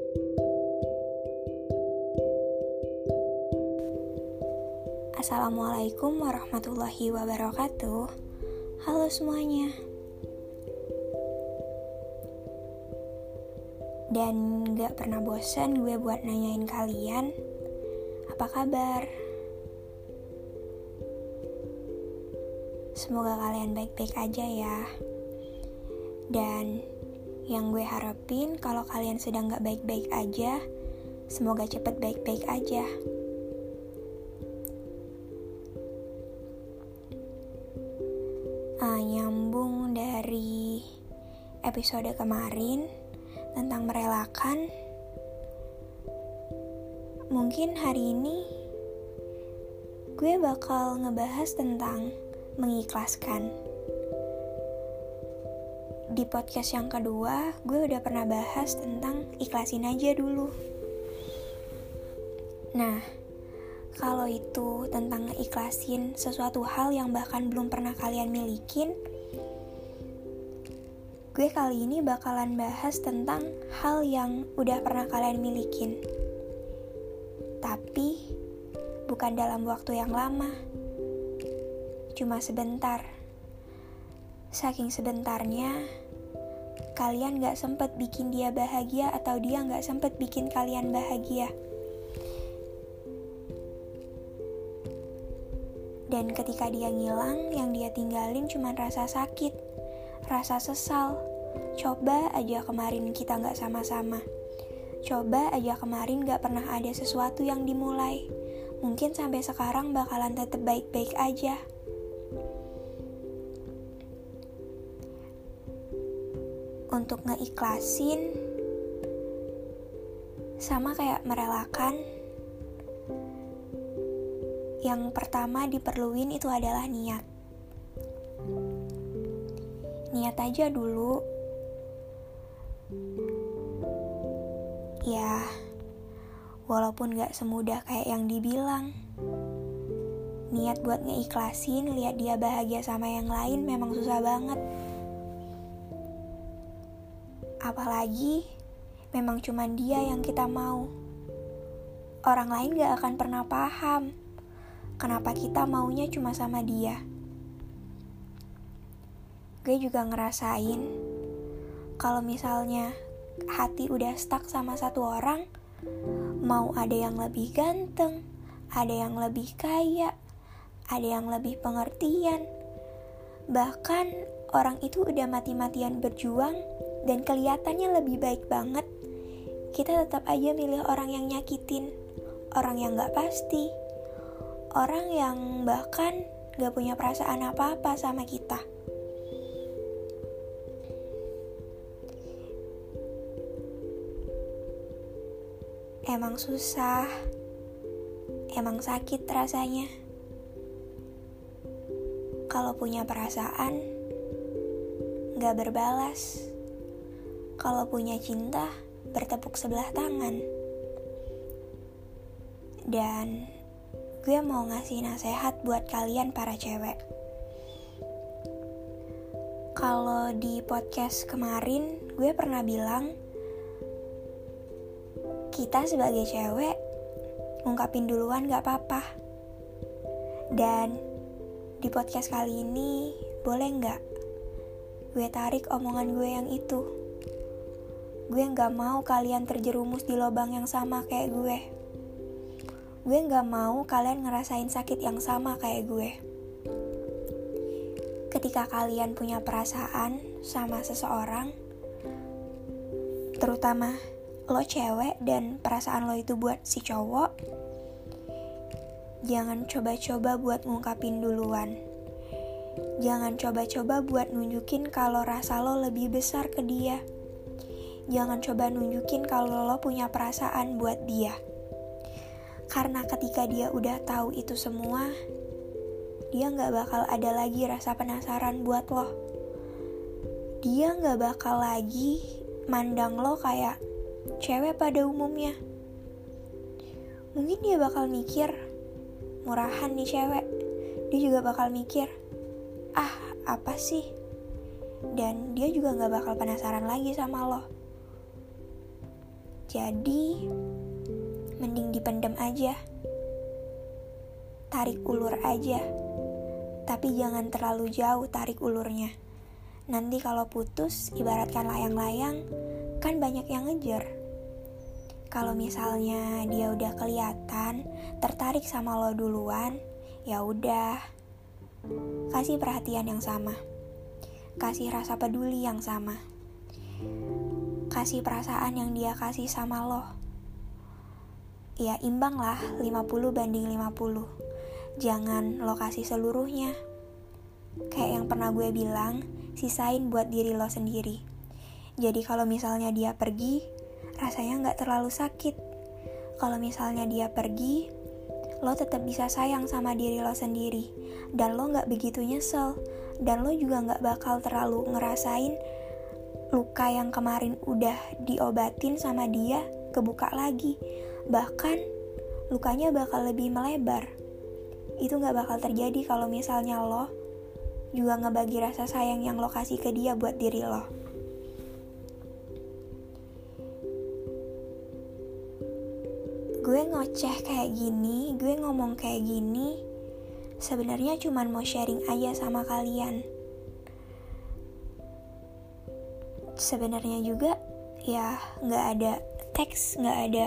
Assalamualaikum warahmatullahi wabarakatuh. Halo semuanya. Dan gak pernah bosan gue buat nanyain kalian, apa kabar? Semoga kalian baik-baik aja ya. Dan yang gue harapin kalau kalian sedang gak baik-baik aja, semoga cepet baik-baik aja. Nyambung dari episode kemarin tentang merelakan, mungkin hari ini gue bakal ngebahas tentang mengikhlaskan. Di podcast yang kedua, gue udah pernah bahas tentang ikhlasin aja dulu. Nah, kalau itu tentang ngeikhlasin sesuatu hal yang bahkan belum pernah kalian milikin, gue kali ini bakalan bahas tentang hal yang udah pernah kalian milikin, tapi bukan dalam waktu yang lama, cuma sebentar. Saking sebentarnya, kalian gak sempet bikin dia bahagia atau dia gak sempet bikin kalian bahagia. Dan ketika dia ngilang, yang dia tinggalin cuma rasa sakit, rasa sesal. Coba aja kemarin kita gak sama-sama. Coba aja kemarin gak pernah ada sesuatu yang dimulai. Mungkin sampai sekarang bakalan tetap baik-baik aja. Untuk ngeikhlasin, sama kayak merelakan, yang pertama diperluin itu adalah niat. Niat aja dulu. Ya, walaupun gak semudah kayak yang dibilang. Niat buat ngeikhlasin, lihat dia bahagia sama yang lain memang susah banget. Apalagi, memang cuman dia yang kita mau. Orang lain gak akan pernah paham kenapa kita maunya cuma sama dia. Gue juga ngerasain kalau misalnya hati udah stuck sama satu orang, mau ada yang lebih ganteng, ada yang lebih kaya, ada yang lebih pengertian, bahkan orang itu udah mati-matian berjuang dan kelihatannya lebih baik banget, kita tetap aja milih orang yang nyakitin, orang yang gak pasti, orang yang bahkan gak punya perasaan apa-apa sama kita. Emang susah, emang sakit rasanya. Kalau punya perasaan, gak berbalas. Kalau punya cinta, bertepuk sebelah tangan. Dan gue mau ngasih nasihat buat kalian para cewek. Kalau di podcast kemarin, gue pernah bilang, kita sebagai cewek, ngungkapin duluan gak apa-apa. Dan di podcast kali ini, boleh gak gue tarik omongan gue yang itu? Gue gak mau kalian terjerumus di lubang yang sama kayak gue. Gue gak mau kalian ngerasain sakit yang sama kayak gue. Ketika kalian punya perasaan sama seseorang, terutama lo cewek dan perasaan lo itu buat si cowok, jangan coba-coba buat ngungkapin duluan. Jangan coba-coba buat nunjukin kalau rasa lo lebih besar ke dia. Jangan coba nunjukin kalau lo punya perasaan buat dia. Karena ketika dia udah tahu itu semua, dia gak bakal ada lagi rasa penasaran buat lo. Dia gak bakal lagi mandang lo kayak cewek pada umumnya. Mungkin dia bakal mikir, murahan nih cewek. Dia juga bakal mikir, apa sih? Dan dia juga gak bakal penasaran lagi sama lo. Jadi mending dipendem aja, tarik ulur aja. Tapi jangan terlalu jauh tarik ulurnya. Nanti kalau putus, ibaratkan layang-layang, kan banyak yang ngejar. Kalau misalnya dia udah kelihatan tertarik sama lo duluan, ya udah, kasih perhatian yang sama, kasih rasa peduli yang sama, kasih perasaan yang dia kasih sama lo. Ya imbang lah, 50-50. Jangan lo kasih seluruhnya. Kayak yang pernah gue bilang, sisain buat diri lo sendiri. Jadi kalau misalnya dia pergi, rasanya gak terlalu sakit. Kalau misalnya dia pergi, lo tetap bisa sayang sama diri lo sendiri. Dan lo gak begitu nyesel. Dan lo juga gak bakal terlalu ngerasain luka yang kemarin udah diobatin sama dia kebuka lagi. Bahkan lukanya bakal lebih melebar. Itu gak bakal terjadi kalau misalnya lo juga ngebagi rasa sayang yang lo kasih ke dia buat diri lo. Gue ngoceh kayak gini, gue ngomong kayak gini, sebenarnya cuman mau sharing aja sama kalian. Sebenarnya juga ya gak ada teks, gak ada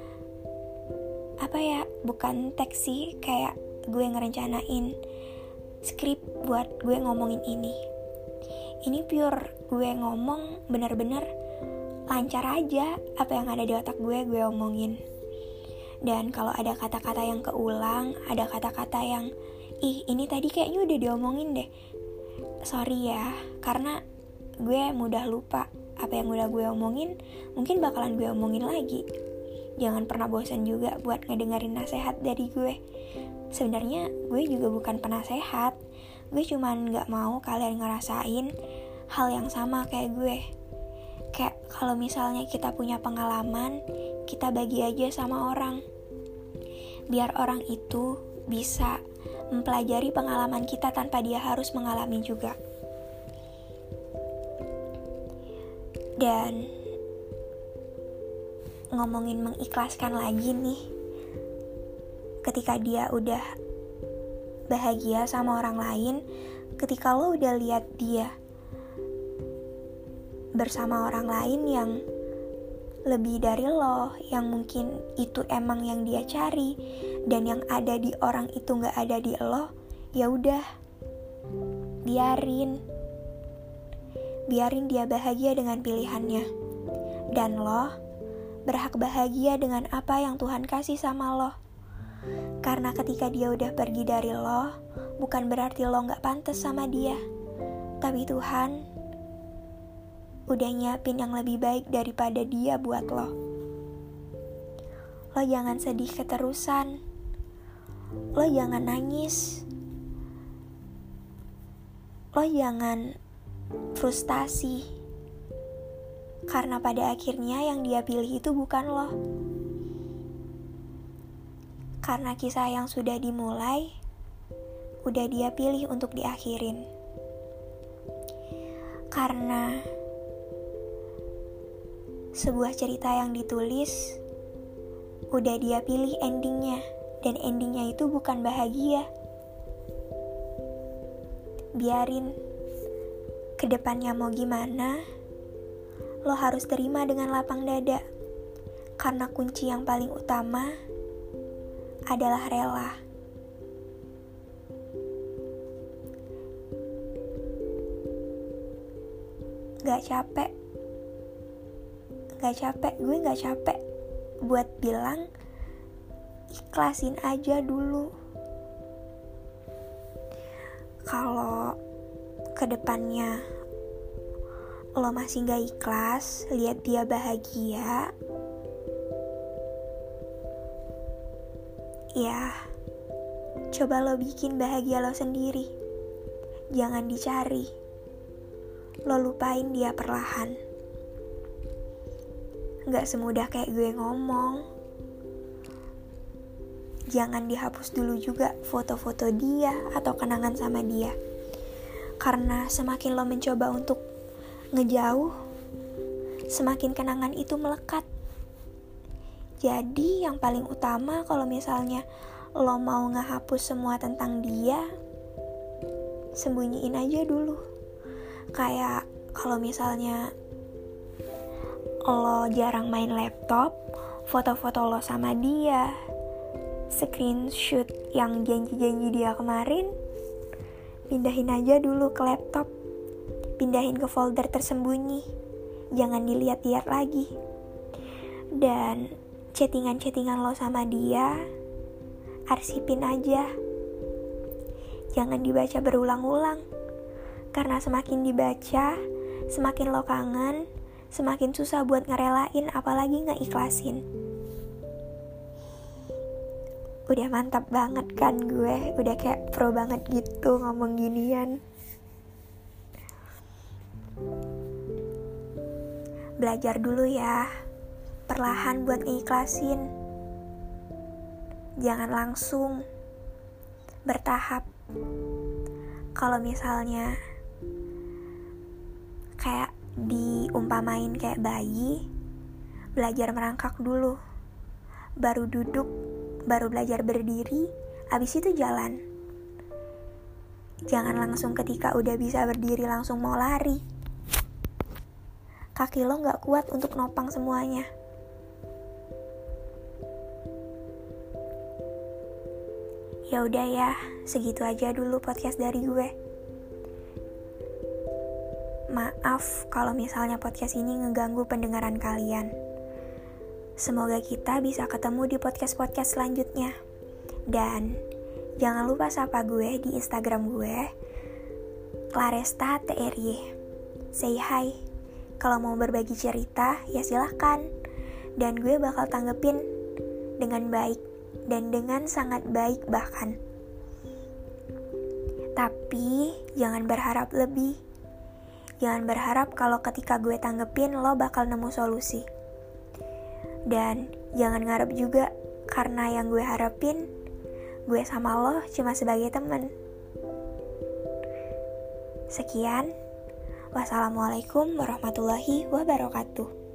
bukan teks sih, kayak gue ngerencanain skrip buat gue ngomongin ini. Ini pure gue ngomong bener-bener lancar aja, apa yang ada di otak gue omongin. Dan kalau ada kata-kata yang keulang, ada kata-kata yang ini tadi kayaknya udah diomongin deh, sorry ya, karena gue mudah lupa. Apa yang udah gue omongin mungkin bakalan gue omongin lagi. Jangan pernah bosan juga buat ngedengerin nasihat dari gue. Sebenarnya gue juga bukan penasehat, gue cuman gak mau kalian ngerasain hal yang sama kayak gue. Kayak kalau misalnya kita punya pengalaman, kita bagi aja sama orang, biar orang itu bisa mempelajari pengalaman kita tanpa dia harus mengalami juga. Dan ngomongin mengikhlaskan lagi nih, ketika dia udah bahagia sama orang lain, ketika lo udah lihat dia bersama orang lain yang lebih dari lo, yang mungkin itu emang yang dia cari, dan yang ada di orang itu gak ada di lo, ya udah, biarin dia bahagia dengan pilihannya. Dan lo berhak bahagia dengan apa yang Tuhan kasih sama lo. Karena ketika dia udah pergi dari lo, bukan berarti lo gak pantas sama dia, tapi Tuhan udah nyiapin yang lebih baik daripada dia buat lo. Lo jangan sedih keterusan, lo jangan nangis, lo jangan frustasi, karena pada akhirnya yang dia pilih itu bukan lo. Karena kisah yang sudah dimulai, udah dia pilih untuk diakhirin. Karena sebuah cerita yang ditulis, udah dia pilih endingnya, dan endingnya itu bukan bahagia. Biarin, kedepannya mau gimana, lo harus terima dengan lapang dada, karena kunci yang paling utama adalah rela. Gue gak capek buat bilang ikhlasin aja dulu. Kalau kedepannya lo masih gak ikhlas lihat dia bahagia, ya coba lo bikin bahagia lo sendiri. Jangan dicari, lo lupain dia perlahan. Gak semudah kayak gue ngomong. Jangan dihapus dulu juga foto-foto dia atau kenangan sama dia. Karena semakin lo mencoba untuk ngejauh, semakin kenangan itu melekat. Jadi yang paling utama kalau misalnya lo mau ngehapus semua tentang dia, sembunyiin aja dulu. Kayak kalau misalnya lo jarang main laptop, foto-foto lo sama dia, screenshot yang janji-janji dia kemarin, pindahin aja dulu ke laptop. Pindahin ke folder tersembunyi. Jangan dilihat-lihat lagi. Dan chattingan-chattingan lo sama dia, arsipin aja. Jangan dibaca berulang-ulang. Karena semakin dibaca, semakin lo kangen, semakin susah buat ngerelain, apalagi ngeikhlasin. Udah mantap banget kan gue, udah kayak pro banget gitu ngomong ginian. Belajar dulu ya, perlahan buat ngeikhlasin. Jangan langsung, bertahap. Kalau misalnya kayak diumpamain kayak bayi, belajar merangkak dulu, baru duduk, baru belajar berdiri, abis itu jalan. Jangan langsung ketika udah bisa berdiri langsung mau lari. Kaki lo gak kuat untuk nopang semuanya. Ya udah ya, segitu aja dulu podcast dari gue. Maaf kalau misalnya podcast ini ngeganggu pendengaran kalian. Semoga kita bisa ketemu di podcast-podcast selanjutnya. Dan jangan lupa sapa gue di Instagram gue, Claresta TRY. Say hi. Kalau mau berbagi cerita, ya silahkan. Dan gue bakal tanggepin dengan baik. Dan dengan sangat baik bahkan. Tapi jangan berharap lebih. Jangan berharap kalau ketika gue tanggepin lo bakal nemu solusi. Dan jangan ngarep juga, karena yang gue harapin gue sama lo cuma sebagai temen. Sekian. Wassalamualaikum warahmatullahi wabarakatuh.